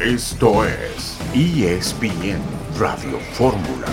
Esto es ESPN Radio Fórmula.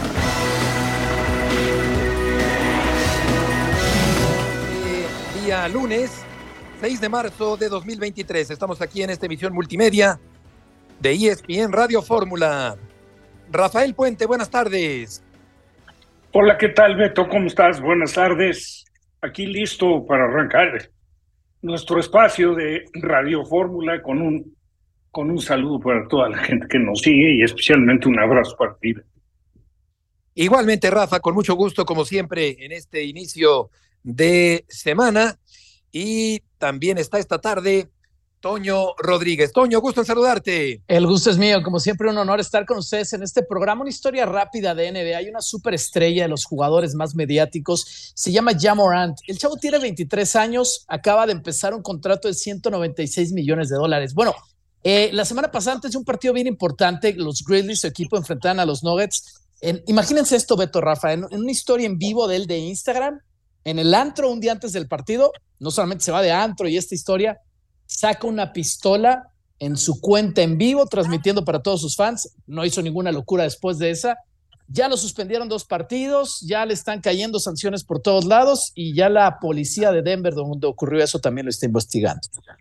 Día lunes, 6 de marzo de 2023. Estamos aquí en esta emisión multimedia de ESPN Radio Fórmula. Rafael Puente, buenas tardes. Hola, ¿qué tal, Beto? ¿Cómo estás? Buenas tardes. Aquí listo para arrancar nuestro espacio de Radio Fórmula con un saludo para toda la gente que nos sigue y especialmente un abrazo para ti. Igualmente, Rafa, con mucho gusto, como siempre, en este inicio de semana. Y también está esta tarde Toño Rodríguez. Toño, gusto en saludarte. El gusto es mío, como siempre un honor estar con ustedes en este programa. Una historia rápida de NBA. Hay una superestrella de los jugadores más mediáticos, se llama Ja Morant. El chavo tiene 23 años, acaba de empezar un contrato de $196 millones. Bueno, la semana pasada, antes de un partido bien importante, los Grizzlies, su equipo, enfrentaban a los Nuggets. Imagínense esto, Beto, Rafa, en una historia en vivo de él de Instagram, en el antro un día antes del partido, no solamente se va de antro y esta historia, saca una pistola en su cuenta en vivo, transmitiendo para todos sus fans. No hizo ninguna locura después de esa. Ya lo suspendieron 2 partidos, ya le están cayendo sanciones por todos lados y ya la policía de Denver, donde ocurrió eso, también lo está investigando.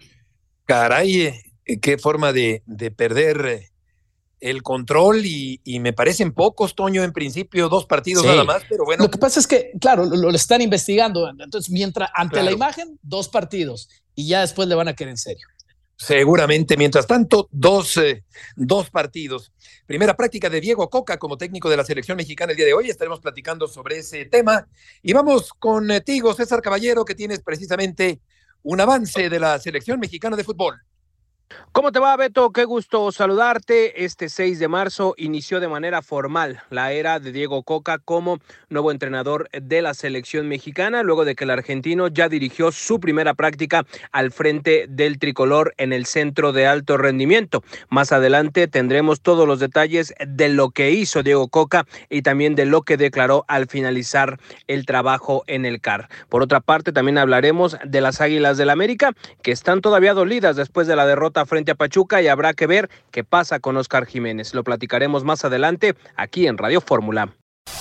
Caray, qué forma de perder el control y me parecen pocos, Toño, en principio 2 partidos nada más, pero bueno. Lo que pasa es que, claro, lo están investigando, entonces mientras, ante la imagen, 2 partidos y ya después le van a querer en serio. Seguramente, mientras tanto, dos partidos. Primera práctica de Diego Coca como técnico de la selección mexicana el día de hoy. Estaremos platicando sobre ese tema. Y vamos contigo, César Caballero, que tienes precisamente un avance de la selección mexicana de fútbol. ¿Cómo te va, Beto? Qué gusto saludarte. Este 6 de marzo inició de manera formal la era de Diego Coca como nuevo entrenador de la selección mexicana, luego de que el argentino ya dirigió su primera práctica al frente del tricolor en el centro de alto rendimiento. Más adelante tendremos todos los detalles de lo que hizo Diego Coca y también de lo que declaró al finalizar el trabajo en el CAR. Por otra parte, también hablaremos de las Águilas del América, que están todavía dolidas después de la derrota frente a Pachuca y habrá que ver qué pasa con Oscar Jiménez. Lo platicaremos más adelante aquí en Radio Fórmula.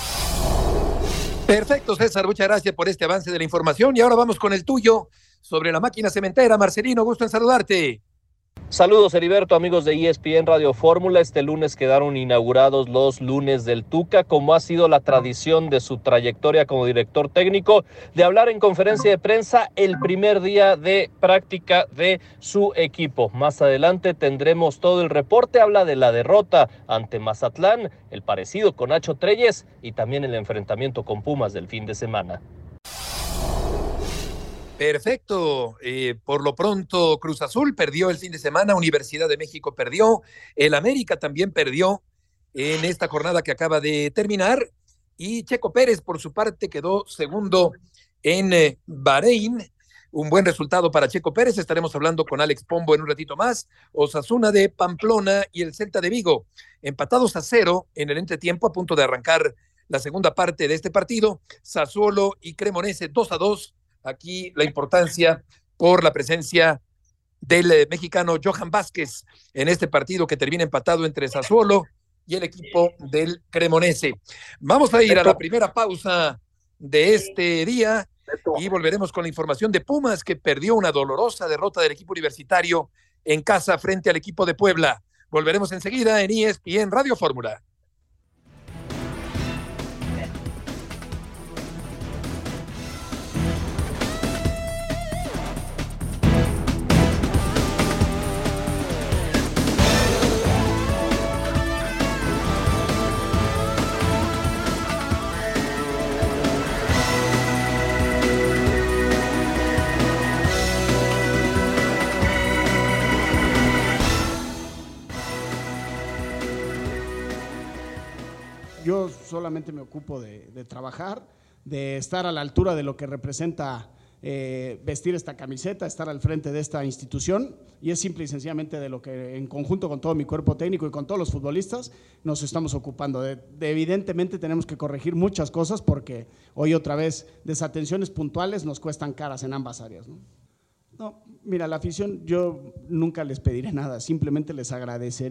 Perfecto, César, muchas gracias por este avance de la información y ahora vamos con el tuyo sobre la máquina cementera. Marcelino, gusto en saludarte. Saludos, Heriberto, amigos de ESPN Radio Fórmula. Este lunes quedaron inaugurados los lunes del Tuca, como ha sido la tradición de su trayectoria como director técnico, de hablar en conferencia de prensa el primer día de práctica de su equipo. Más adelante tendremos todo el reporte, habla de la derrota ante Mazatlán, el parecido con Nacho Treyes y también el enfrentamiento con Pumas del fin de semana. Perfecto, por lo pronto Cruz Azul perdió el fin de semana, Universidad de México perdió, el América también perdió en esta jornada que acaba de terminar y Checo Pérez por su parte quedó segundo en Bahrein, un buen resultado para Checo Pérez. Estaremos hablando con Alex Pombo en un ratito más. Osasuna de Pamplona y el Celta de Vigo empatados a 0 en el entretiempo, a punto de arrancar la segunda parte de este partido. Sassuolo y Cremonese 2-2. Aquí la importancia por la presencia del mexicano Johan Vázquez en este partido que termina empatado entre Sassuolo y el equipo del Cremonese. Vamos a ir a la primera pausa de este día y volveremos con la información de Pumas, que perdió una dolorosa derrota del equipo universitario en casa frente al equipo de Puebla. Volveremos enseguida en ESPN Radio Fórmula. Yo solamente me ocupo de trabajar, de estar a la altura de lo que representa vestir esta camiseta, estar al frente de esta institución, y es simple y sencillamente de lo que en conjunto con todo mi cuerpo técnico y con todos los futbolistas nos estamos ocupando. Evidentemente tenemos que corregir muchas cosas porque hoy otra vez desatenciones puntuales nos cuestan caras en ambas áreas, ¿no? No, mira, la afición yo nunca les pediré nada, simplemente les agradeceré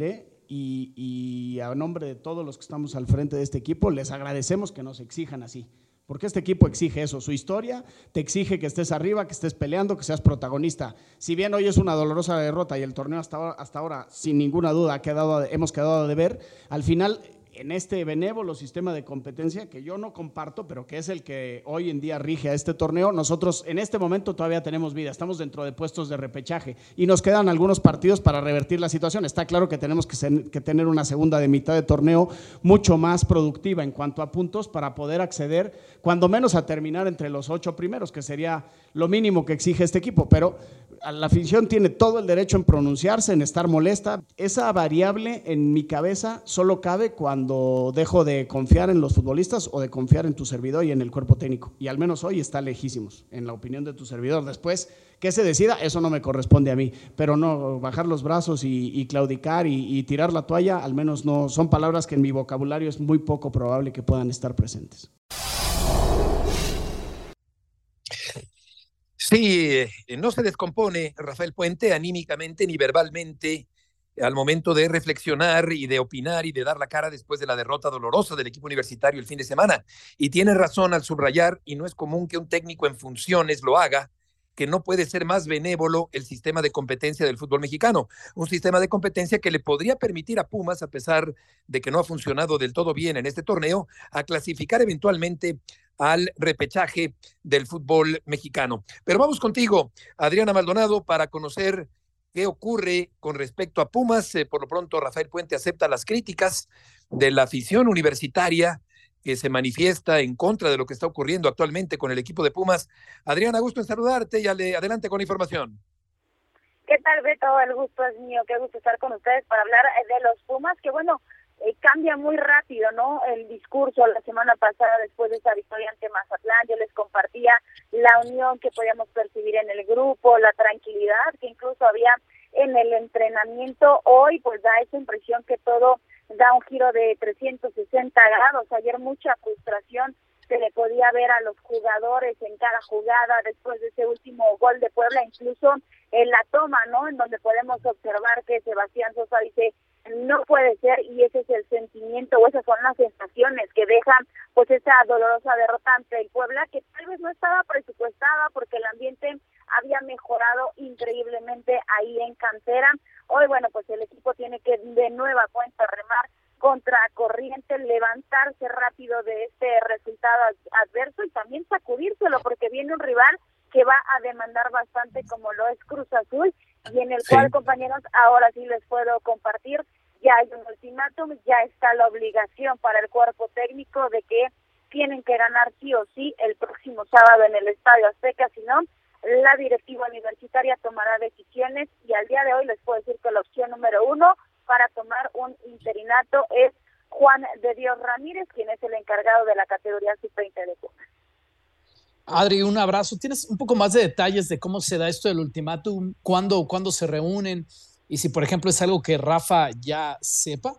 y a nombre de todos los que estamos al frente de este equipo, les agradecemos que nos exijan así. Porque este equipo exige eso, su historia te exige que estés arriba, que estés peleando, que seas protagonista. Si bien hoy es una dolorosa derrota y el torneo hasta ahora sin ninguna duda hemos quedado de ver, al final en este benévolo sistema de competencia que yo no comparto, pero que es el que hoy en día rige a este torneo, nosotros en este momento todavía tenemos vida, estamos dentro de puestos de repechaje y nos quedan algunos partidos para revertir la situación. Está claro que tenemos que tener una segunda de mitad de torneo mucho más productiva en cuanto a puntos para poder acceder, cuando menos a terminar entre los 8 primeros, que sería lo mínimo que exige este equipo, pero la afición tiene todo el derecho en pronunciarse, en estar molesta. Esa variable en mi cabeza solo cabe cuando dejo de confiar en los futbolistas o de confiar en tu servidor y en el cuerpo técnico. Y al menos hoy está lejísimos, en la opinión de tu servidor. Después, que se decida, eso no me corresponde a mí. Pero no, bajar los brazos y claudicar y tirar la toalla, al menos no son palabras que en mi vocabulario es muy poco probable que puedan estar presentes. Sí, no se descompone Rafael Puente anímicamente ni verbalmente al momento de reflexionar y de opinar y de dar la cara después de la derrota dolorosa del equipo universitario el fin de semana. Y tiene razón al subrayar, y no es común que un técnico en funciones lo haga, que no puede ser más benévolo el sistema de competencia del fútbol mexicano. Un sistema de competencia que le podría permitir a Pumas, a pesar de que no ha funcionado del todo bien en este torneo, a clasificar eventualmente al repechaje del fútbol mexicano. Pero vamos contigo, Adriana Maldonado, para conocer qué ocurre con respecto a Pumas. Por lo pronto, Rafael Puente acepta las críticas de la afición universitaria que se manifiesta en contra de lo que está ocurriendo actualmente con el equipo de Pumas. Adriana, gusto en saludarte y adelante con la información. ¿Qué tal, Beto? El gusto es mío, qué gusto estar con ustedes para hablar de los Pumas, que bueno, cambia muy rápido, ¿no? El discurso la semana pasada después de esa victoria ante Mazatlán, yo les compartía la unión que podíamos percibir en el grupo, la tranquilidad que incluso había en el entrenamiento. Hoy pues da esa impresión que todo da un giro de 360 grados. Ayer mucha frustración se le podía ver a los jugadores en cada jugada después de ese último gol de Puebla, incluso en la toma, ¿no? En donde podemos observar que Sebastián Sosa dice no puede ser, y ese es el sentimiento o esas son las sensaciones que dejan pues esa dolorosa derrota ante el Puebla, que tal vez no estaba presupuestada porque el ambiente había mejorado increíblemente ahí en cantera. Hoy bueno, pues el equipo tiene que de nueva cuenta remar contra corriente, levantarse rápido de este resultado adverso y también sacudírselo porque viene un rival que va a demandar bastante como lo es Cruz Azul y en el cual, compañeros, ahora sí les puedo compartir, ya hay un ultimátum, ya está la obligación para el cuerpo técnico de que tienen que ganar sí o sí el próximo sábado en el Estadio Azteca, si no, la directiva universitaria tomará decisiones y al día de hoy les puedo decir que la opción número 1 para tomar un interinato es Juan de Dios Ramírez, quien es el encargado de la categoría sub-20 de Pumas. Adri, un abrazo. ¿Tienes un poco más de detalles de cómo se da esto del ultimátum? ¿Cuándo se reúnen? Y si, por ejemplo, es algo que Rafa ya sepa.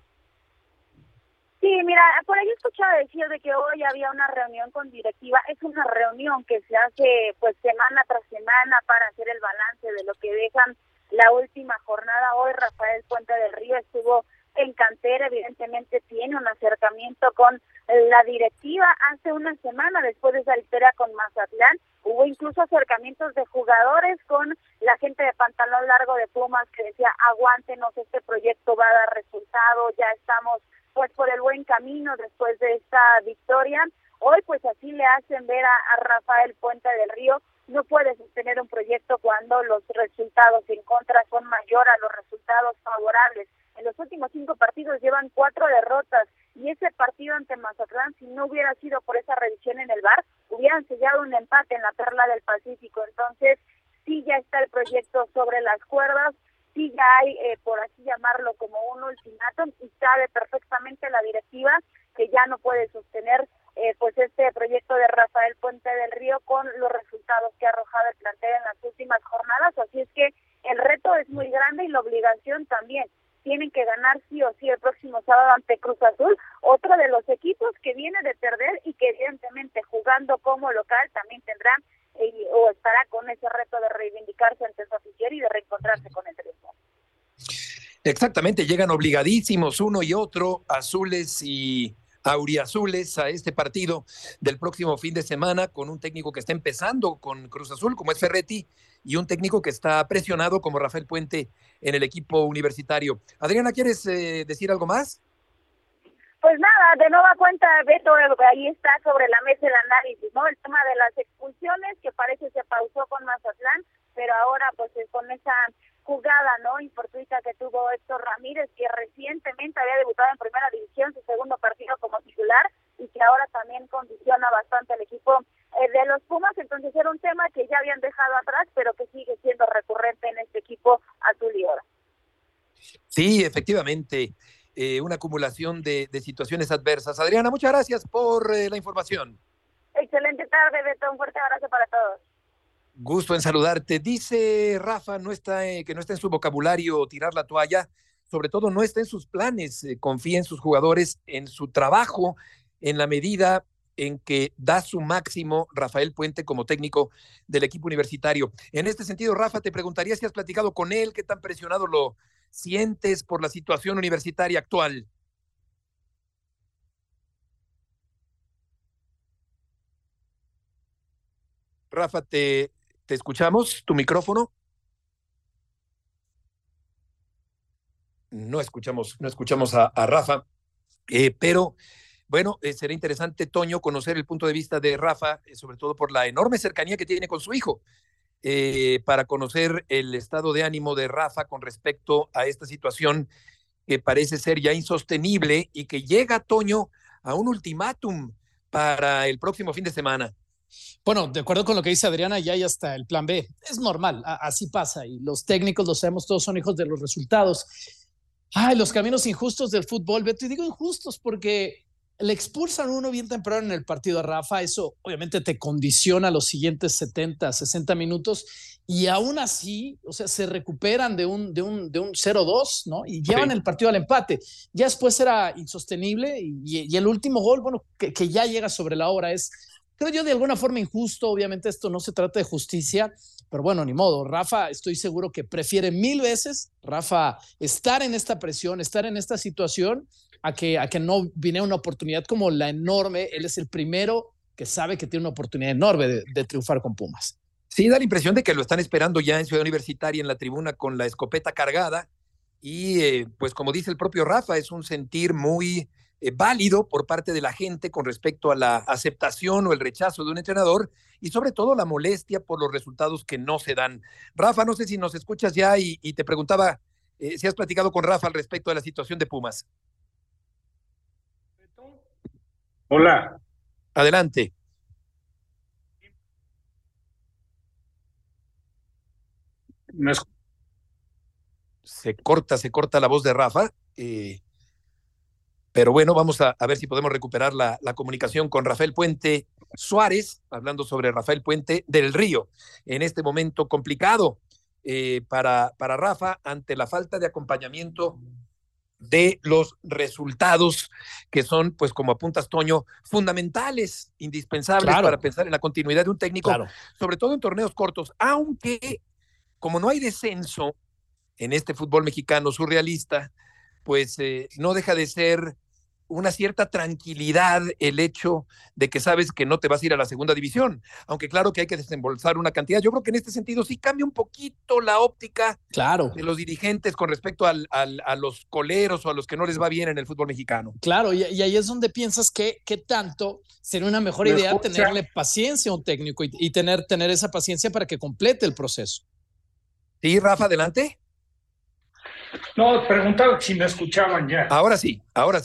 Sí, mira, por ahí escuchaba decir de que hoy había una reunión con directiva. Es una reunión que se hace pues semana tras semana para hacer el balance de lo que dejan la última jornada. Hoy Rafael Puente del Río estuvo en cantera, evidentemente tiene un acercamiento con la directiva. Hace una semana, después de esa victoria con Mazatlán, hubo incluso acercamientos de jugadores con la gente de pantalón largo de Pumas que decía, aguántenos, este proyecto va a dar resultado, ya estamos pues por el buen camino después de esta victoria. Hoy pues así le hacen ver a Rafael Puente del Río, no puede sostener un proyecto cuando los resultados en contra son mayor a los resultados favorables. En los últimos 5 partidos llevan 4 derrotas y ese partido ante Mazatlán, si no hubiera sido por esa revisión en el VAR, hubieran sellado un empate en la Perla del Pacífico. Entonces, sí ya está el proyecto sobre las cuerdas, sí ya hay, por así llamarlo, como un ultimátum y sabe perfectamente la directiva que ya no puede sostener pues este proyecto de Rafael Puente del Río con los resultados que ha arrojado el plantel en las últimas jornadas. Así es que el reto es muy grande y la obligación también. Tienen que ganar sí o sí el próximo sábado ante Cruz Azul, otro de los equipos que viene de perder y que evidentemente jugando como local también tendrá o estará con ese reto de reivindicarse ante su afición y de reencontrarse con el triunfo. Exactamente, llegan obligadísimos uno y otro, azules y auriazules, a este partido del próximo fin de semana con un técnico que está empezando con Cruz Azul, como es Ferretti, y un técnico que está presionado como Rafael Puente en el equipo universitario. Adriana, ¿quieres decir algo más? Pues nada, de nueva cuenta, Beto, ahí está sobre la mesa el análisis, ¿no? El tema de las expulsiones, que parece se pausó con Mazatlán, pero ahora pues con esa jugada, ¿no?, infortuita que tuvo Héctor Ramírez, que recientemente había debutado en Primera División, su segundo partido como titular, y que ahora también condiciona bastante al equipo de los Pumas. Entonces era un tema que ya habían dejado atrás, pero que sigue siendo recurrente en este equipo azul y oro. Sí, efectivamente, una acumulación de situaciones adversas. Adriana, muchas gracias por la información. Excelente tarde, Beto, un fuerte abrazo para todos. Gusto en saludarte. Dice Rafa, que no está en su vocabulario tirar la toalla, sobre todo no está en sus planes. Confía en sus jugadores, en su trabajo, en la medida en que da su máximo Rafael Puente como técnico del equipo universitario. En este sentido, Rafa, te preguntaría si has platicado con él, qué tan presionado lo sientes por la situación universitaria actual. Rafa, te escuchamos, tu micrófono. No escuchamos a Rafa, pero bueno, será interesante, Toño, conocer el punto de vista de Rafa, sobre todo por la enorme cercanía que tiene con su hijo, para conocer el estado de ánimo de Rafa con respecto a esta situación que parece ser ya insostenible y que llega, Toño, a un ultimátum para el próximo fin de semana. Bueno, de acuerdo con lo que dice Adriana, ya hay hasta el plan B. Es normal, así pasa. Y los técnicos, lo sabemos, todos son hijos de los resultados. Ay, los caminos injustos del fútbol, Beto, y digo injustos porque le expulsan uno bien temprano en el partido a Rafa, eso obviamente te condiciona los siguientes 70, 60 minutos, y aún así, o sea, se recuperan de un 0-2, ¿no? Y llevan el partido al empate. Ya después era insostenible, y el último gol, bueno, que ya llega sobre la hora, creo yo, de alguna forma injusto. Obviamente esto no se trata de justicia, pero bueno, ni modo. Rafa, estoy seguro que prefiere 1000 veces, Rafa, estar en esta presión, estar en esta situación, a que no viniera una oportunidad como la enorme. Él es el primero que sabe que tiene una oportunidad enorme de triunfar con Pumas. Sí, da la impresión de que lo están esperando ya en Ciudad Universitaria, en la tribuna, con la escopeta cargada, y pues como dice el propio Rafa, es un sentir muy válido por parte de la gente con respecto a la aceptación o el rechazo de un entrenador, y sobre todo la molestia por los resultados que no se dan. Rafa, no sé si nos escuchas ya, y te preguntaba si has platicado con Rafa al respecto de la situación de Pumas. Hola. Adelante. Se corta la voz de Rafa, pero bueno, vamos a ver si podemos recuperar la comunicación con Rafael Puente Suárez, hablando sobre Rafael Puente del Río, en este momento complicado para Rafa, ante la falta de acompañamiento de los resultados que son, pues como apuntas, Toño, fundamentales, indispensables para pensar en la continuidad de un técnico, sobre todo en torneos cortos, aunque como no hay descenso en este fútbol mexicano surrealista, pues no deja de ser una cierta tranquilidad el hecho de que sabes que no te vas a ir a la segunda división, aunque claro que hay que desembolsar una cantidad. Yo creo que en este sentido sí cambia un poquito la óptica de los dirigentes con respecto a los coleros o a los que no les va bien en el fútbol mexicano. Claro, y ahí es donde piensas que tanto sería una mejor idea tenerle paciencia a un técnico y tener esa paciencia para que complete el proceso. Sí, Rafa, adelante. No, preguntaba si me escuchaban ya. Ahora sí.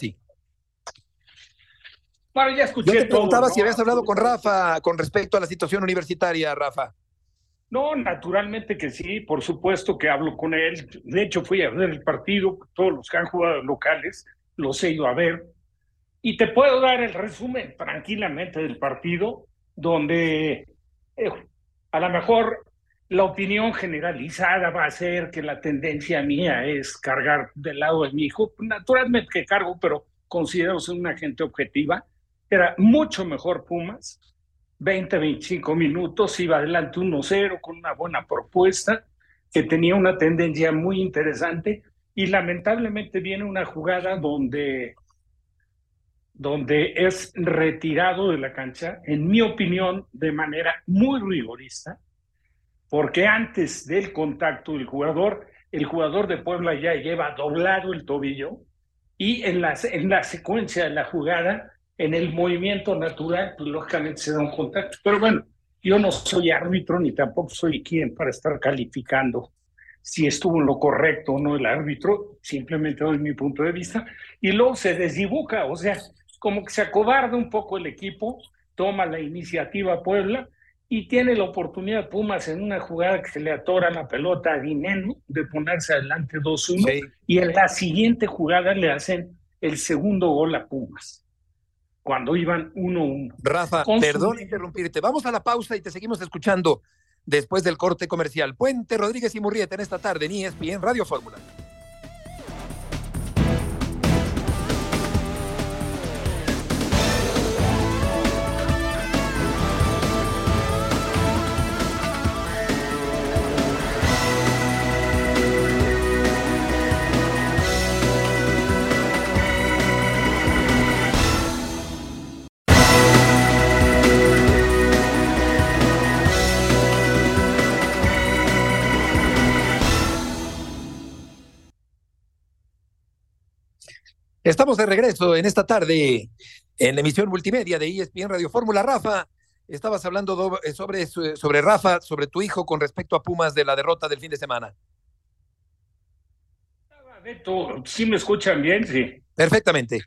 Bueno, ya escuché. Yo te preguntaba todo, si habías hablado con Rafa con respecto a la situación universitaria, Rafa. No, naturalmente que sí, por supuesto que hablo con él. De hecho, fui a ver el partido, todos los que han jugado locales, los he ido a ver. Y te puedo dar el resumen tranquilamente del partido, donde a lo mejor la opinión generalizada va a ser que la tendencia mía es cargar del lado de mi hijo. Naturalmente que cargo, pero considero ser una gente objetiva. Era mucho mejor Pumas, 20, 25 minutos, iba adelante 1-0 con una buena propuesta, que tenía una tendencia muy interesante, y lamentablemente viene una jugada donde es retirado de la cancha, en mi opinión, de manera muy rigorista, porque antes del contacto el jugador de Puebla ya lleva doblado el tobillo, y en la secuencia de la jugada, en el movimiento natural, pues lógicamente se da un contacto. Pero bueno, yo no soy árbitro ni tampoco soy quien para estar calificando si estuvo en lo correcto o no el árbitro, simplemente doy mi punto de vista, y luego se desdibuja, o sea, como que se acobarda un poco el equipo, toma la iniciativa Puebla, y tiene la oportunidad Pumas en una jugada que se le atora la pelota a Dineno de ponerse adelante 2-1, sí, y en la siguiente jugada le hacen el segundo gol a Pumas, cuando iban 1-1. Rafa, perdón interrumpirte, vamos a la pausa y te seguimos escuchando después del corte comercial. Puente, Rodríguez y Murrieta en esta tarde en ESPN Radio Fórmula. Estamos de regreso en esta tarde en la emisión multimedia de ESPN Radio Fórmula. Rafa, estabas hablando sobre Rafa, sobre tu hijo con respecto a Pumas de la derrota del fin de semana. Beto, ¿sí me escuchan bien? Sí. Perfectamente.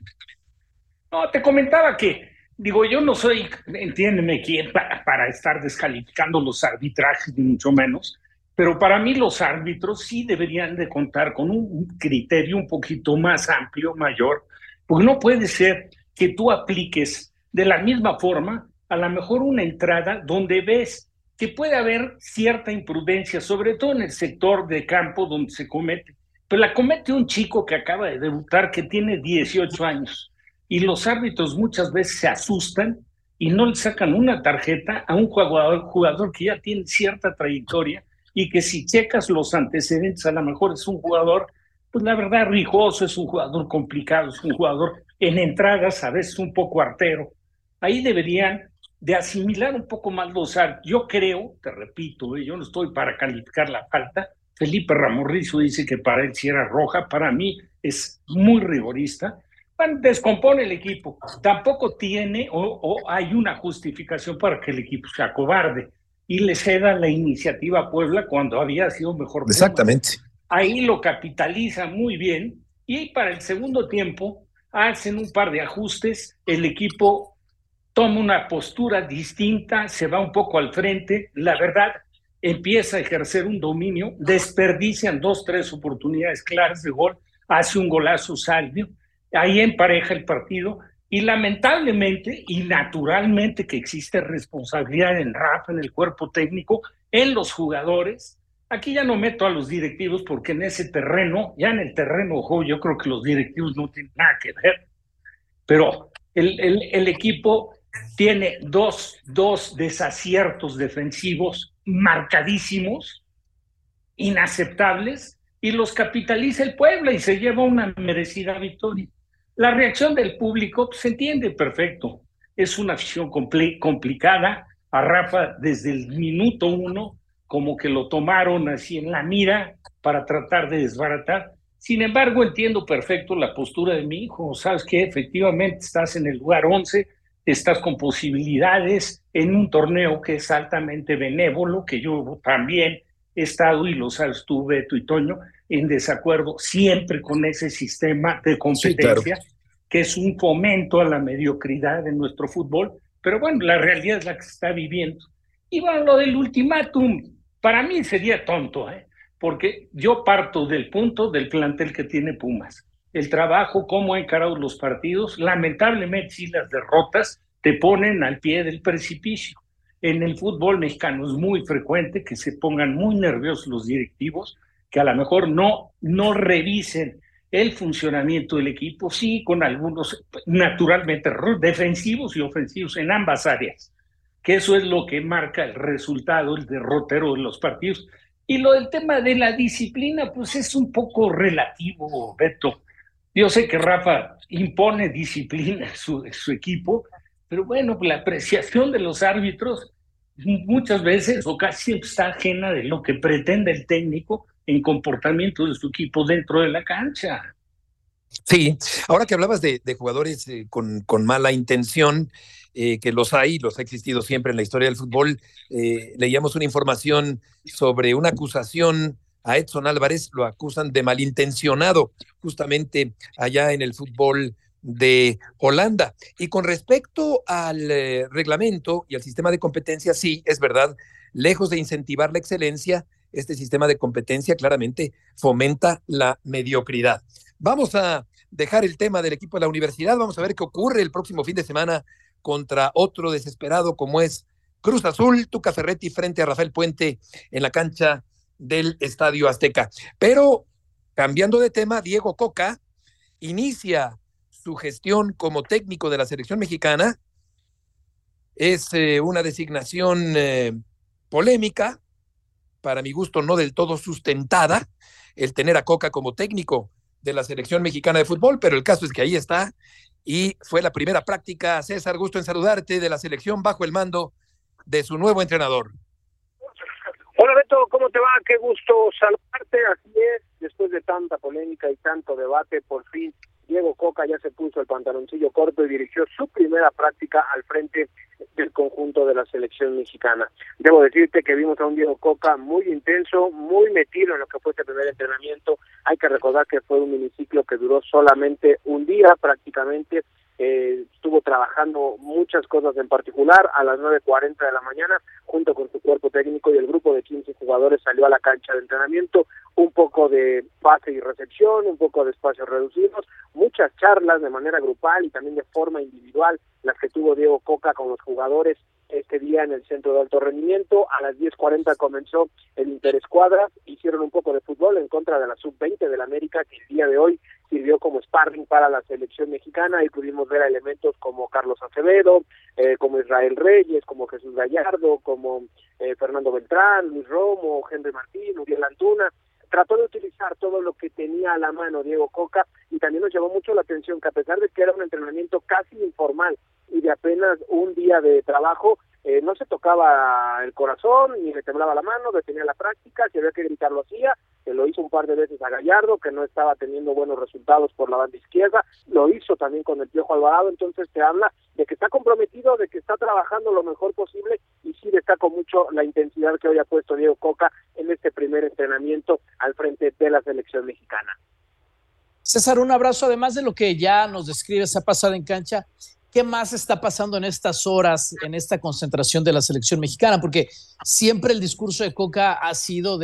No, te comentaba que, yo no soy, entiéndeme, quién para estar descalificando los arbitrajes, ni mucho menos, pero para mí los árbitros sí deberían de contar con un criterio un poquito más amplio, mayor, porque no puede ser que tú apliques de la misma forma a lo mejor una entrada donde ves que puede haber cierta imprudencia, sobre todo en el sector de campo donde se comete, pero la comete un chico que acaba de debutar, que tiene 18 años, y los árbitros muchas veces se asustan y no le sacan una tarjeta a un jugador que ya tiene cierta trayectoria, y que si checas los antecedentes, a lo mejor es un jugador, pues la verdad, rijoso, es un jugador complicado, es un jugador en entradas a veces un poco artero. Ahí deberían de asimilar un poco más los árbitros. Yo creo, te repito, yo no estoy para calificar la falta. Felipe Ramorrizo dice que para él sí era roja, para mí es muy rigorista. Bueno, descompone el equipo. Tampoco tiene o hay una justificación para que el equipo se acobarde y le ceda la iniciativa a Puebla cuando había sido mejor. Exactamente. Ahí lo capitaliza muy bien, y para el segundo tiempo hacen un par de ajustes, el equipo toma una postura distinta, se va un poco al frente, la verdad, empieza a ejercer un dominio, desperdician 2-3 oportunidades claras de gol, hace un golazo Salvio, ahí empareja el partido. Y lamentablemente y naturalmente que existe responsabilidad en Rafa, en el cuerpo técnico, en los jugadores. Aquí ya no meto a los directivos porque en ese terreno, ya en el terreno, yo creo que los directivos no tienen nada que ver. Pero el equipo tiene dos desaciertos defensivos marcadísimos, inaceptables, y los capitaliza el Puebla y se lleva una merecida victoria. La reacción del público se entiende perfecto. Es una afición complicada. A Rafa desde el minuto 1 como que lo tomaron así en la mira para tratar de desbaratar. Sin embargo, entiendo perfecto la postura de mi hijo. Sabes que efectivamente estás en el lugar 11, estás con posibilidades en un torneo que es altamente benévolo, que yo también he estado, y lo sabes tú, Beto y Toño, en desacuerdo siempre con ese sistema de competencia, sí, claro, que es un fomento a la mediocridad en nuestro fútbol, pero bueno, la realidad es la que se está viviendo. Y bueno, lo del ultimátum, para mí sería tonto, porque yo parto del punto del plantel que tiene Pumas, el trabajo, cómo ha encarado los partidos. Lamentablemente, sí, las derrotas te ponen al pie del precipicio. En el fútbol mexicano es muy frecuente que se pongan muy nerviosos los directivos, que a lo mejor no revisen el funcionamiento del equipo, sí, con algunos, naturalmente, defensivos y ofensivos en ambas áreas, que eso es lo que marca el resultado, el derrotero de los partidos. Y lo del tema de la disciplina, pues es un poco relativo, Beto. Yo sé que Rafa impone disciplina a su equipo, pero bueno, la apreciación de los árbitros muchas veces o casi siempre está ajena de lo que pretende el técnico en comportamiento de su equipo dentro de la cancha. Sí, ahora que hablabas de jugadores con mala intención, que los ha existido siempre en la historia del fútbol, leíamos una información sobre una acusación a Edson Álvarez, lo acusan de malintencionado justamente allá en el fútbol de Holanda. Y con respecto al reglamento y al sistema de competencia, sí, es verdad, lejos de incentivar la excelencia, este sistema de competencia claramente fomenta la mediocridad. Vamos a dejar el tema del equipo de la universidad, vamos a ver qué ocurre el próximo fin de semana contra otro desesperado como es Cruz Azul, Tuca Ferretti frente a Rafael Puente en la cancha del Estadio Azteca. Pero cambiando de tema, Diego Coca inicia su gestión como técnico de la selección mexicana. Es una designación polémica, para mi gusto no del todo sustentada, el tener a Coca como técnico de la selección mexicana de fútbol, pero el caso es que ahí está y fue la primera práctica. César, gusto en saludarte, de la selección bajo el mando de su nuevo entrenador. Hola Beto, ¿cómo te va? Qué gusto saludarte, así es, después de tanta polémica y tanto debate, por fin Diego Coca ya se puso el pantaloncillo corto y dirigió su primera práctica al frente del conjunto de la selección mexicana. Debo decirte que vimos a un Diego Coca muy intenso, muy metido en lo que fue este primer entrenamiento. Hay que recordar que fue un miniciclo que duró solamente un día prácticamente. Estuvo trabajando muchas cosas, en particular a las 9:40 de la mañana, junto con su cuerpo técnico y el grupo de 15 jugadores salió a la cancha de entrenamiento, un poco de pase y recepción, un poco de espacios reducidos, muchas charlas de manera grupal y también de forma individual, las que tuvo Diego Coca con los jugadores este día en el centro de alto rendimiento. A las 10:40 comenzó el interescuadras, hicieron un poco de fútbol en contra de la sub-20 del América, que el día de hoy sirvió como sparring para la selección mexicana, y pudimos ver a elementos como Carlos Acevedo, como Israel Reyes, como Jesús Gallardo, como Fernando Beltrán, Luis Romo, Henry Martín, Uriel Antuna. Trató de utilizar todo lo que tenía a la mano Diego Coca, y también nos llamó mucho la atención que, a pesar de que era un entrenamiento casi informal y de apenas un día de trabajo, no se tocaba el corazón, ni le temblaba la mano, detenía la práctica, si había que gritar lo hacía, lo hizo un par de veces a Gallardo, que no estaba teniendo buenos resultados por la banda izquierda, lo hizo también con el Piojo Alvarado. Entonces te habla de que está comprometido, de que está trabajando lo mejor posible, y sí destaco mucho la intensidad que hoy ha puesto Diego Coca en este primer entrenamiento al frente de la selección mexicana. César, un abrazo. Además de lo que ya nos describes, ha pasado en cancha, ¿qué más está pasando en estas horas, en esta concentración de la selección mexicana? Porque siempre el discurso de Coca ha sido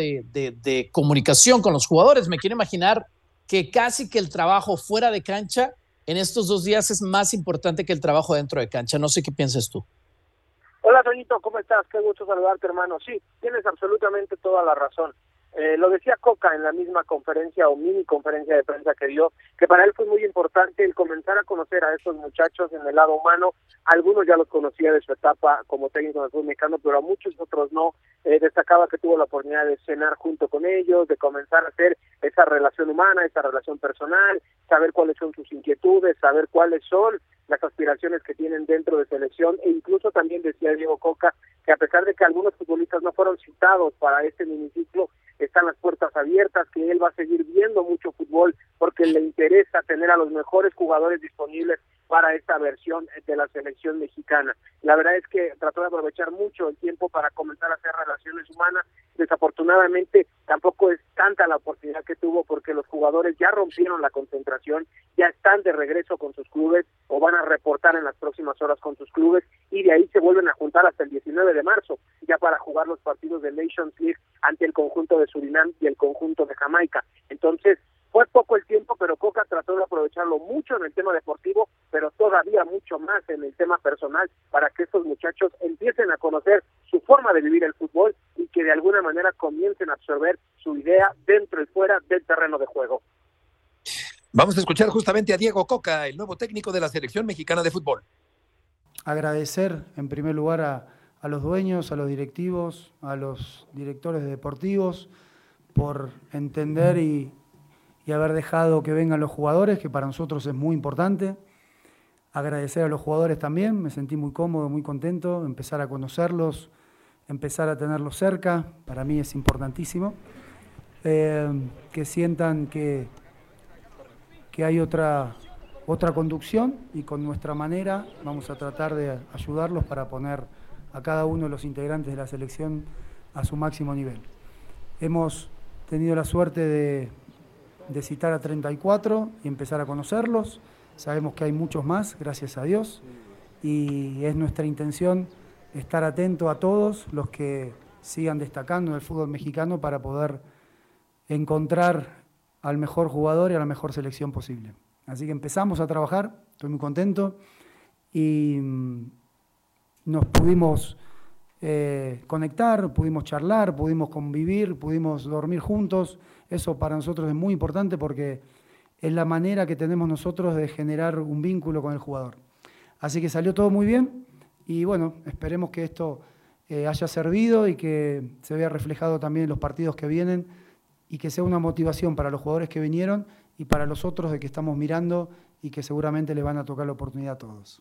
de comunicación con los jugadores. Me quiero imaginar que casi que el trabajo fuera de cancha en estos 2 días es más importante que el trabajo dentro de cancha. No sé qué piensas tú. Hola, Toñito, ¿cómo estás? Qué gusto saludarte, hermano. Sí, tienes absolutamente toda la razón. Lo decía Coca en la misma conferencia o mini conferencia de prensa que dio, que para él fue muy importante el comenzar a conocer a estos muchachos en el lado humano. Algunos ya los conocía de su etapa como técnico del fútbol mexicano, pero a muchos otros no. Destacaba que tuvo la oportunidad de cenar junto con ellos, de comenzar a hacer esa relación humana, esa relación personal, saber cuáles son sus inquietudes, saber cuáles son las aspiraciones que tienen dentro de selección. E incluso también decía Diego Coca que, a pesar de que algunos futbolistas no fueron citados para este miniciclo, están las puertas abiertas, que él va a seguir viendo mucho fútbol porque le interesa tener a los mejores jugadores disponibles para esta versión de la selección mexicana. La verdad es que trató de aprovechar mucho el tiempo para comenzar a hacer relaciones humanas. Desafortunadamente tampoco es tanta la oportunidad que tuvo, porque los jugadores ya rompieron la concentración, ya están de regreso con sus clubes o van a reportar en las próximas horas con sus clubes, y de ahí se vuelven a juntar hasta el 19 de marzo, ya para jugar los partidos de Nations League ante el conjunto de Surinam y el conjunto de Jamaica. Entonces, fue poco el tiempo, pero Coca trató de aprovecharlo mucho en el tema deportivo, pero todavía mucho más en el tema personal, para que estos muchachos empiecen a conocer su forma de vivir el fútbol y que de alguna manera comiencen a absorber su idea dentro y fuera del terreno de juego. Vamos a escuchar justamente a Diego Coca, el nuevo técnico de la selección mexicana de fútbol. Agradecer en primer lugar a los dueños, a los directivos, a los directores deportivos, por entender y haber dejado que vengan los jugadores, que para nosotros es muy importante. Agradecer a los jugadores también, me sentí muy cómodo, muy contento, empezar a conocerlos, empezar a tenerlos cerca, para mí es importantísimo. Que sientan que hay otra conducción y con nuestra manera vamos a tratar de ayudarlos para poner a cada uno de los integrantes de la selección a su máximo nivel. Hemos tenido la suerte de citar a 34 y empezar a conocerlos. Sabemos que hay muchos más, gracias a Dios, y es nuestra intención estar atento a todos los que sigan destacando en el fútbol mexicano para poder encontrar al mejor jugador y a la mejor selección posible. Así que empezamos a trabajar, estoy muy contento y nos pudimos conectar, pudimos charlar, pudimos convivir, pudimos dormir juntos. Eso para nosotros es muy importante porque es la manera que tenemos nosotros de generar un vínculo con el jugador. Así que salió todo muy bien y bueno, esperemos que esto haya servido y que se vea reflejado también en los partidos que vienen y que sea una motivación para los jugadores que vinieron y para los otros de que estamos mirando y que seguramente les van a tocar la oportunidad a todos.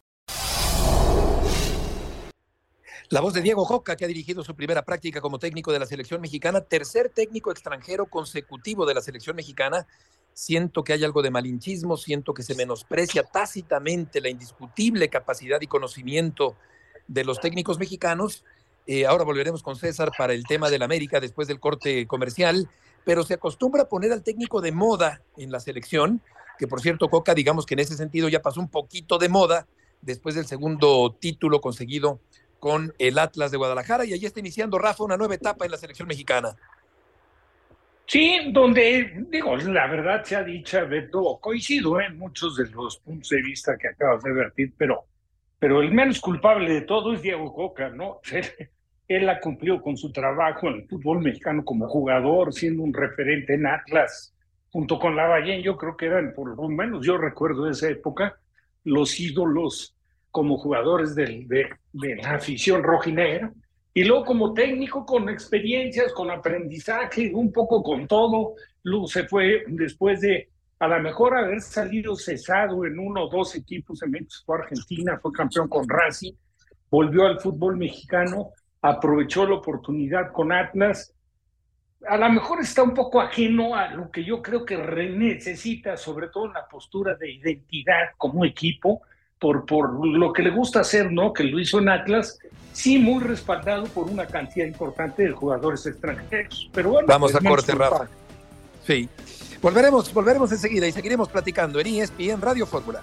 La voz de Diego Coca, que ha dirigido su primera práctica como técnico de la selección mexicana, tercer técnico extranjero consecutivo de la selección mexicana. Siento que hay algo de malinchismo, siento que se menosprecia tácitamente la indiscutible capacidad y conocimiento de los técnicos mexicanos. Ahora volveremos con César para el tema del América después del corte comercial, pero se acostumbra a poner al técnico de moda en la selección, que por cierto, Coca, digamos que en ese sentido ya pasó un poquito de moda después del segundo título conseguido con el Atlas de Guadalajara, y allí está iniciando, Rafa, una nueva etapa en la selección mexicana. Sí, donde, digo, la verdad sea dicha, Beto, coincido en muchos de los puntos de vista que acabas de vertir, pero el menos culpable de todo es Diego Coca, ¿no? Él ha cumplido con su trabajo en el fútbol mexicano como jugador, siendo un referente en Atlas, junto con Lavallén. Yo creo que eran, por lo menos yo recuerdo de esa época, los ídolos como jugadores de la afición rojinegra. Y luego como técnico, con experiencias, con aprendizaje, un poco con todo. Luego se fue, después de a lo mejor haber salido cesado en uno o dos equipos en México, Argentina, fue campeón con Racing, volvió al fútbol mexicano, aprovechó la oportunidad con Atlas. A lo mejor está un poco ajeno a lo que yo creo que necesita, sobre todo en la postura de identidad como equipo, por lo que le gusta hacer, ¿no? Que lo hizo en Atlas, sí muy respaldado por una cantidad importante de jugadores extranjeros. Pero bueno, vamos a corte, Rafa. Sí. Volveremos enseguida y seguiremos platicando en ESPN Radio Fórmula.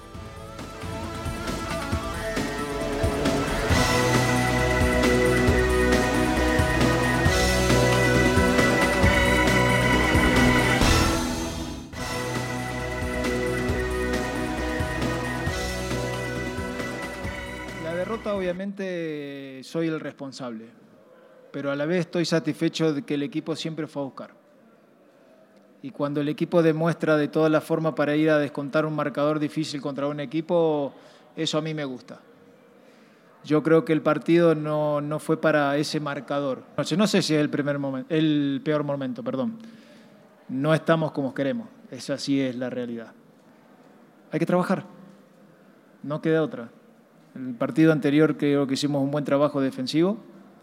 Obviamente soy el responsable, pero a la vez estoy satisfecho de que el equipo siempre fue a buscar. Y cuando el equipo demuestra de todas las formas para ir a descontar un marcador difícil contra un equipo, eso a mí me gusta. Yo creo que el partido no fue para ese marcador. No sé si es el peor momento, perdón. No estamos como queremos, esa sí es la realidad. Hay que trabajar, no queda otra. El partido anterior creo que hicimos un buen trabajo defensivo.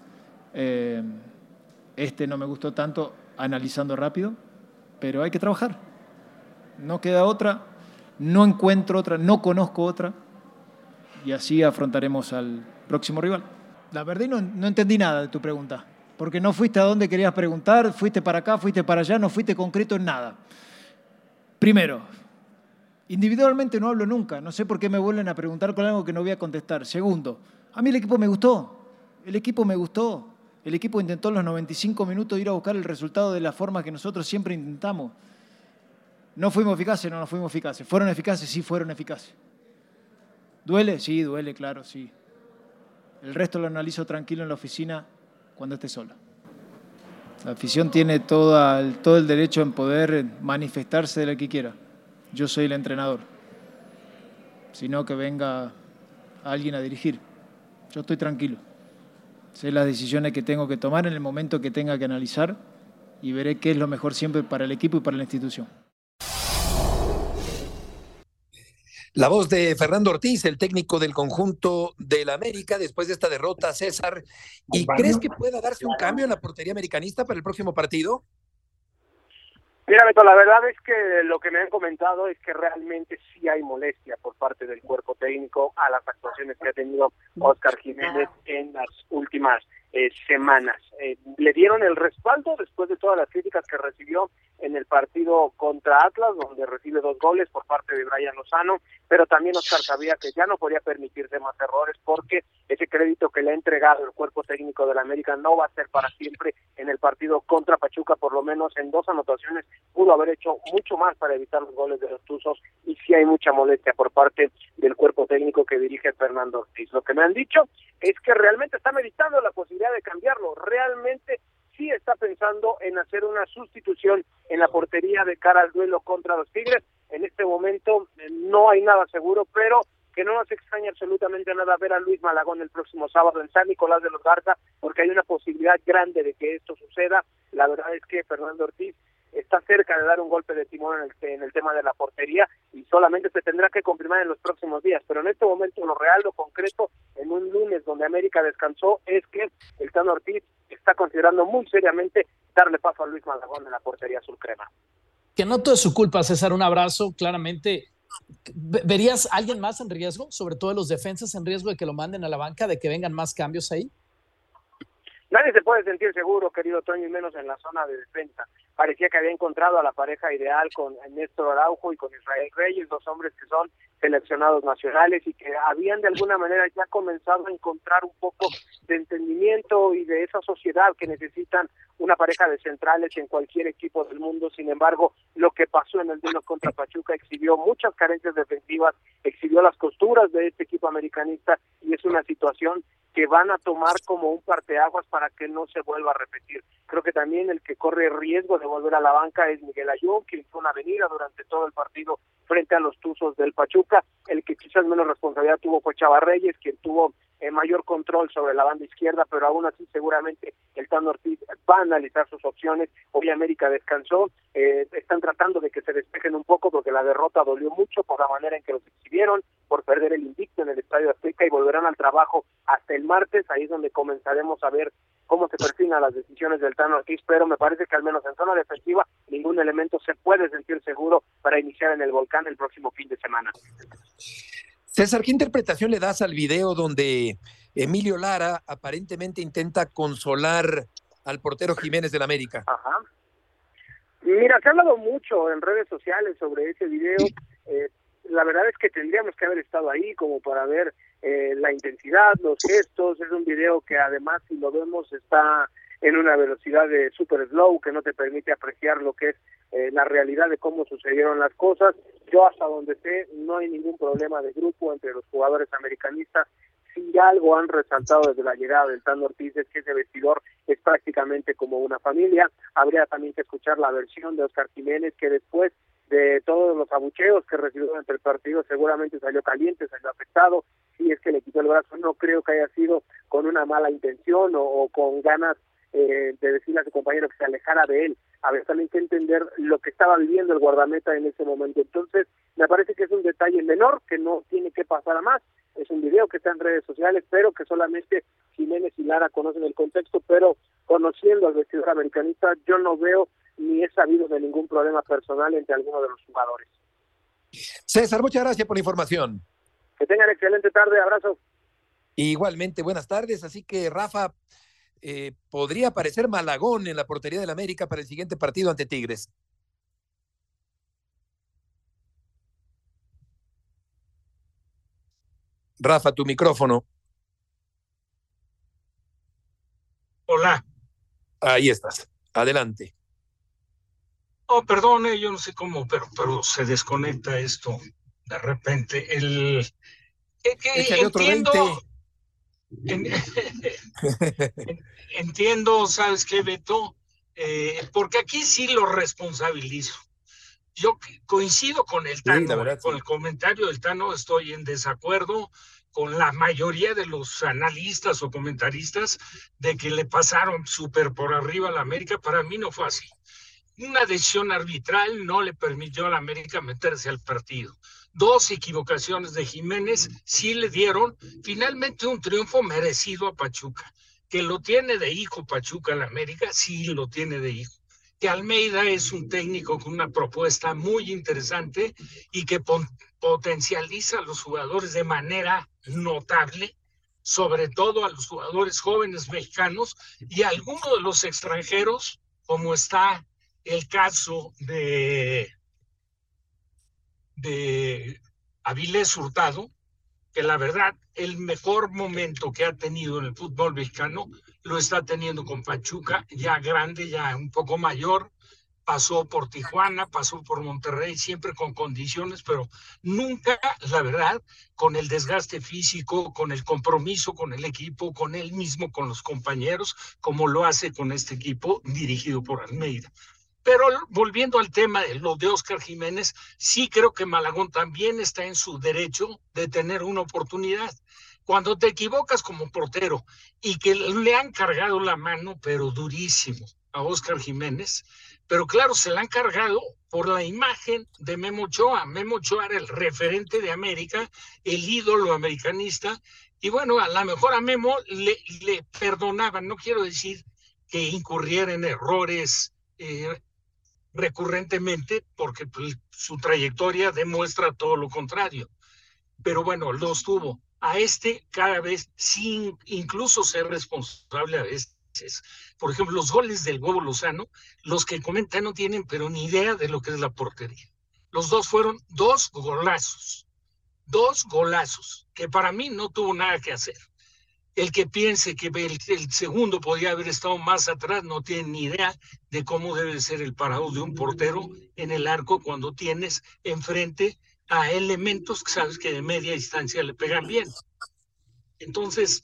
Este no me gustó tanto analizando rápido, pero hay que trabajar. No queda otra, no encuentro otra, no conozco otra, y así afrontaremos al próximo rival. La verdad no entendí nada de tu pregunta, porque no fuiste a donde querías preguntar, fuiste para acá, fuiste para allá, no fuiste concreto en nada. Primero, individualmente no hablo nunca, no sé por qué me vuelven a preguntar con algo que no voy a contestar. Segundo, a mí el equipo me gustó, el equipo intentó en los 95 minutos ir a buscar el resultado de la forma que nosotros siempre intentamos. ¿No fuimos eficaces? No fuimos eficaces. ¿Fueron eficaces? Sí, fueron eficaces. ¿Duele? Sí, duele, claro, sí. El resto lo analizo tranquilo en la oficina cuando esté solo. La afición tiene todo el derecho en poder manifestarse de lo que quiera. Yo soy el entrenador, sino que venga alguien a dirigir. Yo estoy tranquilo. Sé las decisiones que tengo que tomar en el momento que tenga que analizar y veré qué es lo mejor siempre para el equipo y para la institución. La voz de Fernando Ortiz, el técnico del conjunto del América, después de esta derrota, César. ¿Y crees que pueda darse un cambio en la portería americanista para el próximo partido? Mira, Beto, la verdad es que lo que me han comentado es que realmente sí hay molestia por parte del cuerpo técnico a las actuaciones que ha tenido Óscar Jiménez en las últimas semanas. Le dieron el respaldo después de todas las críticas que recibió en el partido contra Atlas, donde recibe 2 goles por parte de Brian Lozano, pero también Óscar sabía que ya no podía permitirse más errores porque ese crédito que le ha entregado el cuerpo técnico de la América no va a ser para siempre. En el partido contra Pachuca, por lo menos en 2 anotaciones, pudo haber hecho mucho más para evitar los goles de los Tuzos, y sí hay mucha molestia por parte del cuerpo técnico que dirige Fernando Ortiz. Lo que me han dicho es que realmente está meditando la posibilidad de cambiarlo, realmente sí está pensando en hacer una sustitución en la portería de cara al duelo contra los Tigres. En este momento no hay nada seguro, pero que no nos extraña absolutamente nada ver a Luis Malagón el próximo sábado en San Nicolás de los Garza, porque hay una posibilidad grande de que esto suceda. La verdad es que Fernando Ortiz está cerca de dar un golpe de timón en el tema de la portería, y solamente se tendrá que confirmar en los próximos días, pero en este momento lo real, lo concreto, en un lunes donde América descansó, es que el Tano Ortiz está considerando muy seriamente darle paso a Luis Malagón en la portería azul crema. Que no todo es su culpa, César, un abrazo. Claramente, ¿verías a alguien más en riesgo, sobre todo los defensas en riesgo de que lo manden a la banca, de que vengan más cambios ahí? Nadie se puede sentir seguro, querido Toño, y menos en la zona de defensa. Parecía que había encontrado a la pareja ideal con Néstor Araujo y con Israel Reyes, 2 hombres que son seleccionados nacionales y que habían de alguna manera ya comenzado a encontrar un poco de entendimiento y de esa sociedad que necesitan una pareja de centrales en cualquier equipo del mundo. Sin embargo, lo que pasó en el duelo contra Pachuca exhibió muchas carencias defensivas, exhibió las costuras de este equipo americanista, y es una situación que van a tomar como un parteaguas para que no se vuelva a repetir. Creo que también el que corre riesgo de volver a la banca es Miguel Ayun, quien fue una avenida durante todo el partido frente a los Tuzos del Pachuca. El que quizás menos responsabilidad tuvo fue Chava Reyes, quien tuvo mayor control sobre la banda izquierda, pero aún así seguramente el Tano Ortiz va a analizar sus opciones. Hoy América descansó, están tratando de que se despejen un poco porque la derrota dolió mucho por la manera en que los exhibieron, por perder el invicto en el Estadio Azteca, y volverán al trabajo hasta el martes. Ahí es donde comenzaremos a ver cómo se perfilan las decisiones del Tano Ortiz, pero me parece que al menos en zona defensiva ningún elemento se puede sentir seguro para iniciar en el Volcán el próximo fin de semana. César, ¿qué interpretación le das al video donde Emilio Lara aparentemente intenta consolar al portero Jiménez del América? Ajá. Mira, se ha hablado mucho en redes sociales sobre ese video. La verdad es que tendríamos que haber estado ahí como para ver la intensidad, los gestos. Es un video que además, si lo vemos, está en una velocidad de super slow que no te permite apreciar lo que es la realidad de cómo sucedieron las cosas. Yo hasta donde sé no hay ningún problema de grupo entre los jugadores americanistas. Si algo han resaltado desde la llegada del Tano Ortiz es que ese vestidor es prácticamente como una familia. Habría también que escuchar la versión de Óscar Jiménez, que después de todos los abucheos que recibió durante el partido seguramente salió caliente, salió afectado. Si es que le quitó el brazo, no creo que haya sido con una mala intención o con ganas de decirle a su compañero que se alejara de él. Había también que entender lo que estaba viviendo el guardameta en ese momento. Entonces, me parece que es un detalle menor que no tiene que pasar a más. Es un video que está en redes sociales, pero que solamente Jiménez y Lara conocen el contexto, pero conociendo al vestidor americanista, yo no veo ni he sabido de ningún problema personal entre algunos de los jugadores. César, muchas gracias por la información. Que tengan excelente tarde, abrazo. Igualmente, buenas tardes. Así que, Rafa, podría aparecer Malagón en la portería del América para el siguiente partido ante Tigres. Rafa, tu micrófono. Hola. Ahí estás. Adelante. Oh, perdone, yo no sé cómo, pero se desconecta esto de repente. Entiendo, ¿sabes qué, Beto? Porque aquí sí lo responsabilizo. Yo coincido con el Tano, con el comentario del Tano, estoy en desacuerdo. con la mayoría de los analistas o comentaristas de que le pasaron súper por arriba a la América. Para mí no fue así. Una decisión arbitral no le permitió a la América meterse al partido. 2 equivocaciones de Jiménez sí le dieron finalmente un triunfo merecido a Pachuca. Que lo tiene de hijo Pachuca en la América, sí lo tiene de hijo. Que Almeida es un técnico con una propuesta muy interesante y que potencializa a los jugadores de manera notable, sobre todo a los jugadores jóvenes mexicanos y a algunos de los extranjeros, como está el caso de Avilés Hurtado, que la verdad el mejor momento que ha tenido en el fútbol mexicano lo está teniendo con Pachuca, ya grande, ya un poco mayor. Pasó por Tijuana, pasó por Monterrey, siempre con condiciones, pero nunca, la verdad, con el desgaste físico, con el compromiso con el equipo, con él mismo, con los compañeros, como lo hace con este equipo dirigido por Almeida. Pero volviendo al tema de lo de Óscar Jiménez, sí creo que Malagón también está en su derecho de tener una oportunidad. Cuando te equivocas como portero y que le han cargado la mano, pero durísimo, a Óscar Jiménez, pero claro, se la han cargado por la imagen de Memo Ochoa. Memo Ochoa era el referente de América, el ídolo americanista, y bueno, a lo mejor a Memo le perdonaban, no quiero decir que incurriera en errores recurrentemente, porque pues, su trayectoria demuestra todo lo contrario. Pero bueno, los tuvo. A este cada vez, sin incluso ser responsable a veces. Por ejemplo, los goles del Huevo Lozano, los que comentan no tienen pero ni idea de lo que es la portería. Los dos fueron 2 golazos, 2 golazos, que para mí no tuvo nada que hacer. El que piense que el segundo podía haber estado más atrás no tiene ni idea de cómo debe ser el parado de un portero en el arco cuando tienes enfrente a elementos que sabes que de media distancia le pegan bien. Entonces,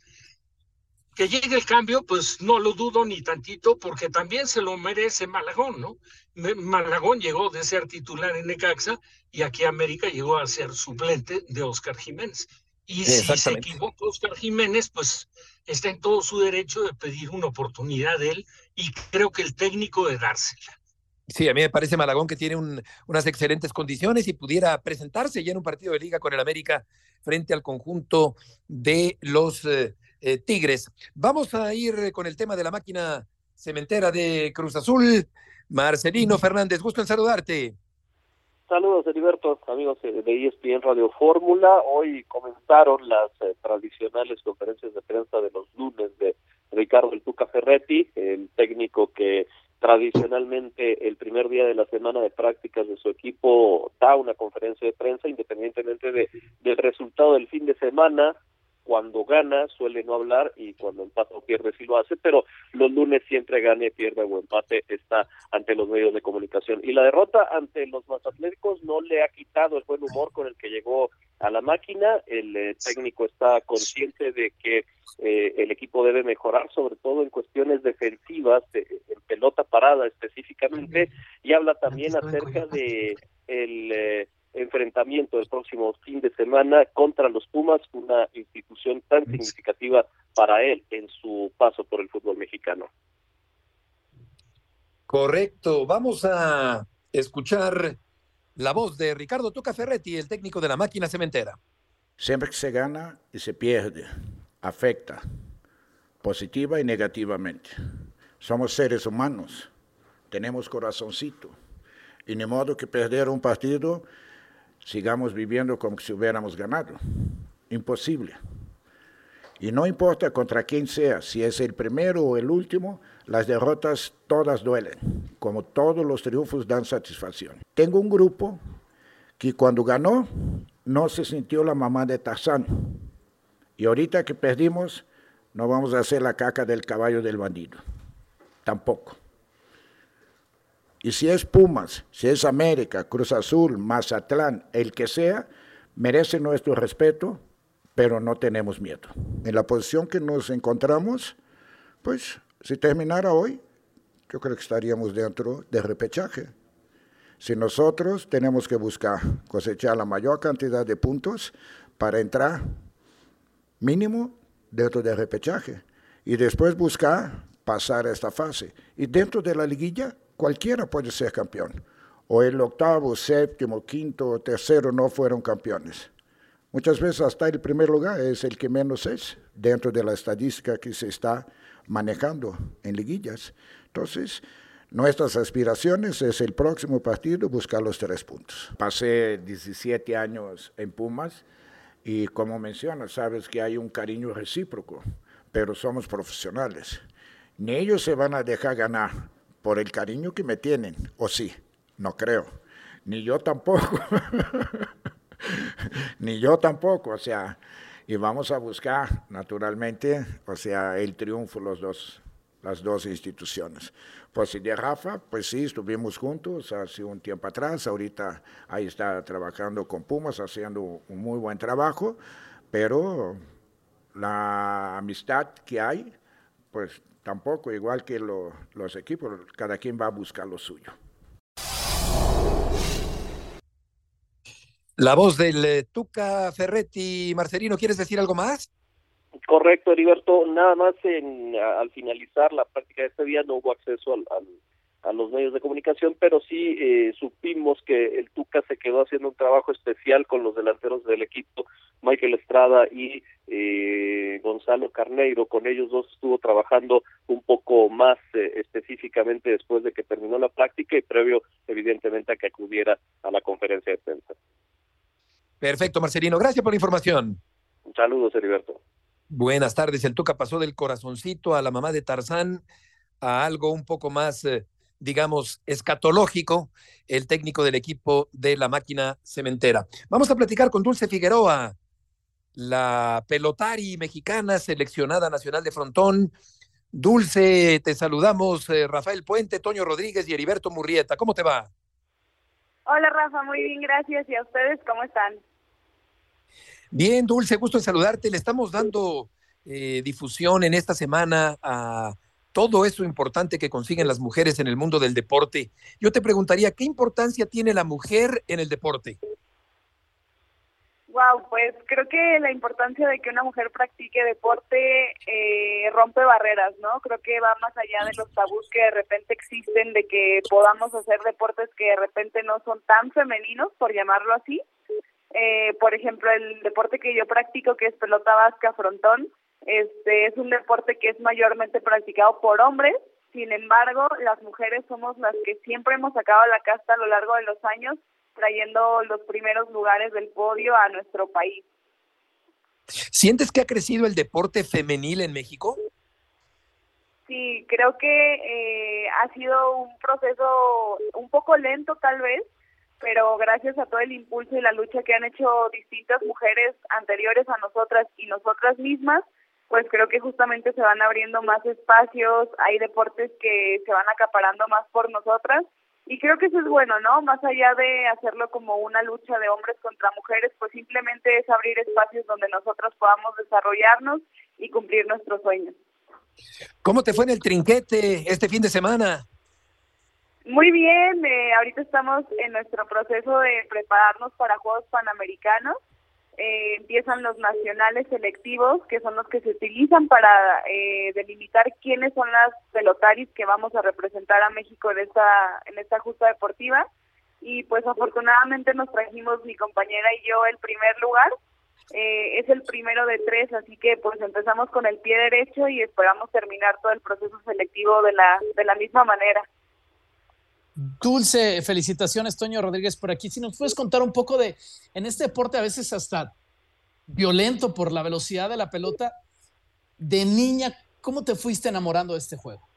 que llegue el cambio, pues no lo dudo ni tantito, porque también se lo merece Malagón, ¿no? Malagón llegó de ser titular en Necaxa y aquí América llegó a ser suplente de Óscar Jiménez. Y si se equivoca Óscar Jiménez, pues está en todo su derecho de pedir una oportunidad de él y creo que el técnico de dársela. Sí, a mí me parece Malagón que tiene unas excelentes condiciones y pudiera presentarse ya en un partido de liga con el América frente al conjunto de los Tigres. Vamos a ir con el tema de la máquina cementera de Cruz Azul. Marcelino Fernández, gusto en saludarte. Saludos, Heriberto, amigos de ESPN Radio Fórmula. Hoy comenzaron las tradicionales conferencias de prensa de los lunes de Ricardo El Tuca Ferretti, el técnico que tradicionalmente el primer día de la semana de prácticas de su equipo da una conferencia de prensa independientemente del resultado del fin de semana. Cuando gana suele no hablar y cuando empata o pierde sí lo hace, pero los lunes siempre gane, pierde o empate está ante los medios de comunicación. Y la derrota ante los mazatlecos no le ha quitado el buen humor con el que llegó a la máquina. El técnico está consciente de que el equipo debe mejorar, sobre todo en cuestiones defensivas, en pelota parada específicamente, y habla también acerca de el enfrentamiento del próximo fin de semana contra los Pumas, una institución tan significativa para él en su paso por el fútbol mexicano. Correcto, vamos a escuchar la voz de Ricardo Tuca Ferretti, el técnico de la máquina cementera. Siempre que se gana y se pierde, afecta positiva y negativamente. Somos seres humanos, tenemos corazoncito, y ni modo que perder un partido sigamos viviendo como si hubiéramos ganado. Imposible. Y no importa contra quién sea, si es el primero o el último, las derrotas todas duelen, como todos los triunfos dan satisfacción. Tengo un grupo que cuando ganó no se sintió la mamá de Tarzán. Y ahorita que perdimos, no vamos a hacer la caca del caballo del bandido. Tampoco. Y si es Pumas, si es América, Cruz Azul, Mazatlán, el que sea, merece nuestro respeto, pero no tenemos miedo. En la posición que nos encontramos, pues si terminara hoy, yo creo que estaríamos dentro del repechaje. Si nosotros tenemos que buscar cosechar la mayor cantidad de puntos para entrar mínimo dentro del repechaje, y después buscar pasar esta fase. Y dentro de la liguilla, cualquiera puede ser campeón. O el octavo, séptimo, quinto o tercero no fueron campeones. Muchas veces hasta el primer lugar es el que menos es dentro de la estadística que se está manejando en liguillas. Entonces, nuestras aspiraciones es el próximo partido buscar los 3 puntos. Pasé 17 años en Pumas y como mencionas, sabes que hay un cariño recíproco, pero somos profesionales. Ni ellos se van a dejar ganar por el cariño que me tienen, o sí, no creo. Ni yo tampoco. Ni yo tampoco, o sea, y vamos a buscar naturalmente, o sea, el triunfo las dos instituciones. Pues si de Rafa, pues sí, estuvimos juntos hace un tiempo atrás, ahorita ahí está trabajando con Pumas, haciendo un muy buen trabajo, pero la amistad que hay, pues tampoco, igual que los equipos, cada quien va a buscar lo suyo. La voz del Tuca Ferretti. Marcelino, ¿quieres decir algo más? Correcto, Heriberto. Nada más al finalizar la práctica de este día no hubo acceso a los medios de comunicación, pero sí supimos que el Tuca se quedó haciendo un trabajo especial con los delanteros del equipo, Michael Estrada y Gonzalo Carneiro. Con ellos dos estuvo trabajando un poco más específicamente después de que terminó la práctica y previo, evidentemente, a que acudiera a la conferencia de prensa. Perfecto, Marcelino. Gracias por la información. Saludos, Heriberto. Buenas tardes. El Tuca pasó del corazoncito a la mamá de Tarzán a algo un poco más, digamos, escatológico, el técnico del equipo de la máquina cementera. Vamos a platicar con Dulce Figueroa, la pelotari mexicana seleccionada nacional de frontón. Dulce, te saludamos, Rafael Puente, Toño Rodríguez y Heriberto Murrieta. ¿Cómo te va? Hola, Rafa, muy bien, gracias. ¿Y a ustedes cómo están? Bien, Dulce, gusto en saludarte. Le estamos dando difusión en esta semana a todo eso importante que consiguen las mujeres en el mundo del deporte. Yo te preguntaría, ¿qué importancia tiene la mujer en el deporte? Wow, pues creo que la importancia de que una mujer practique deporte rompe barreras, ¿no? Creo que va más allá de los tabús que de repente existen de que podamos hacer deportes que de repente no son tan femeninos, por llamarlo así. Por ejemplo, el deporte que yo practico, que es pelota vasca frontón, es un deporte que es mayormente practicado por hombres. Sin embargo, las mujeres somos las que siempre hemos sacado la casta a lo largo de los años, trayendo los primeros lugares del podio a nuestro país. ¿Sientes que ha crecido el deporte femenil en México? Sí, creo que ha sido un proceso un poco lento tal vez, pero gracias a todo el impulso y la lucha que han hecho distintas mujeres anteriores a nosotras y nosotras mismas, pues creo que justamente se van abriendo más espacios, hay deportes que se van acaparando más por nosotras, y creo que eso es bueno, ¿no? Más allá de hacerlo como una lucha de hombres contra mujeres, pues simplemente es abrir espacios donde nosotras podamos desarrollarnos y cumplir nuestros sueños. ¿Cómo te fue en el trinquete este fin de semana? Muy bien, ahorita estamos en nuestro proceso de prepararnos para Juegos Panamericanos. Empiezan los nacionales selectivos, que son los que se utilizan para delimitar quiénes son las pelotaris que vamos a representar a México en esta justa deportiva. Y pues afortunadamente nos trajimos mi compañera y yo el primer lugar. Es el primero de 3, así que pues empezamos con el pie derecho y esperamos terminar todo el proceso selectivo de la misma manera. Dulce, felicitaciones, Toño Rodríguez por aquí. Si nos puedes contar un poco en este deporte a veces hasta violento por la velocidad de la pelota, de niña, ¿cómo te fuiste enamorando de este juego?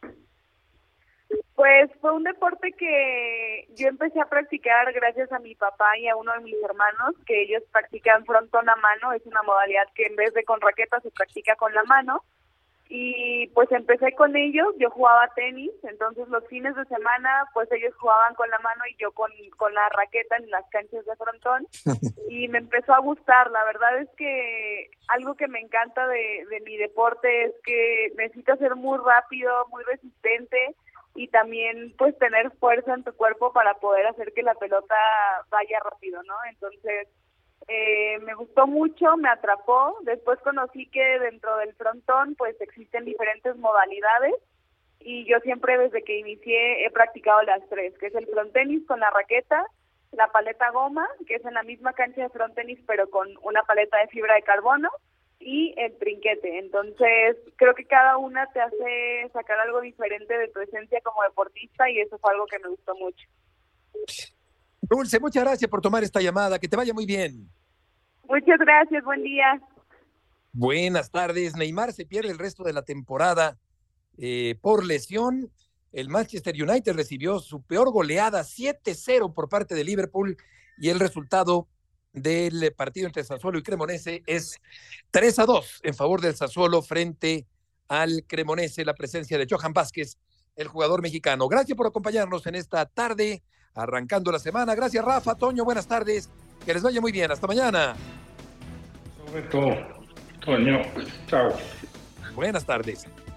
Pues fue un deporte que yo empecé a practicar gracias a mi papá y a uno de mis hermanos, que ellos practican frontón a mano. Es una modalidad que en vez de con raqueta se practica con la mano. Y pues empecé con ellos, yo jugaba tenis, entonces los fines de semana pues ellos jugaban con la mano y yo con la raqueta en las canchas de frontón, y me empezó a gustar. La verdad es que algo que me encanta de mi deporte es que necesitas ser muy rápido, muy resistente y también pues tener fuerza en tu cuerpo para poder hacer que la pelota vaya rápido, ¿no? Entonces Me gustó mucho, me atrapó. Después conocí que dentro del frontón pues existen diferentes modalidades y yo siempre desde que inicié he practicado las tres, que es el frontenis con la raqueta, la paleta goma, que es en la misma cancha de frontenis pero con una paleta de fibra de carbono, y el trinquete. Entonces creo que cada una te hace sacar algo diferente de tu esencia como deportista y eso fue algo que me gustó mucho. Dulce, muchas gracias por tomar esta llamada, que te vaya muy bien. Muchas gracias, buen día. Buenas tardes. Neymar se pierde el resto de la temporada por lesión. El Manchester United recibió su peor goleada, 7-0 por parte de Liverpool, y el resultado del partido entre Sassuolo y Cremonese es 3-2 en favor del Sassuolo frente al Cremonese. La presencia de Johan Vázquez, el jugador mexicano. Gracias por acompañarnos en esta tarde, arrancando la semana. Gracias, Rafa, Toño, buenas tardes. Que les vaya muy bien. Hasta mañana. Sobre todo, Toño. Chao. Buenas tardes.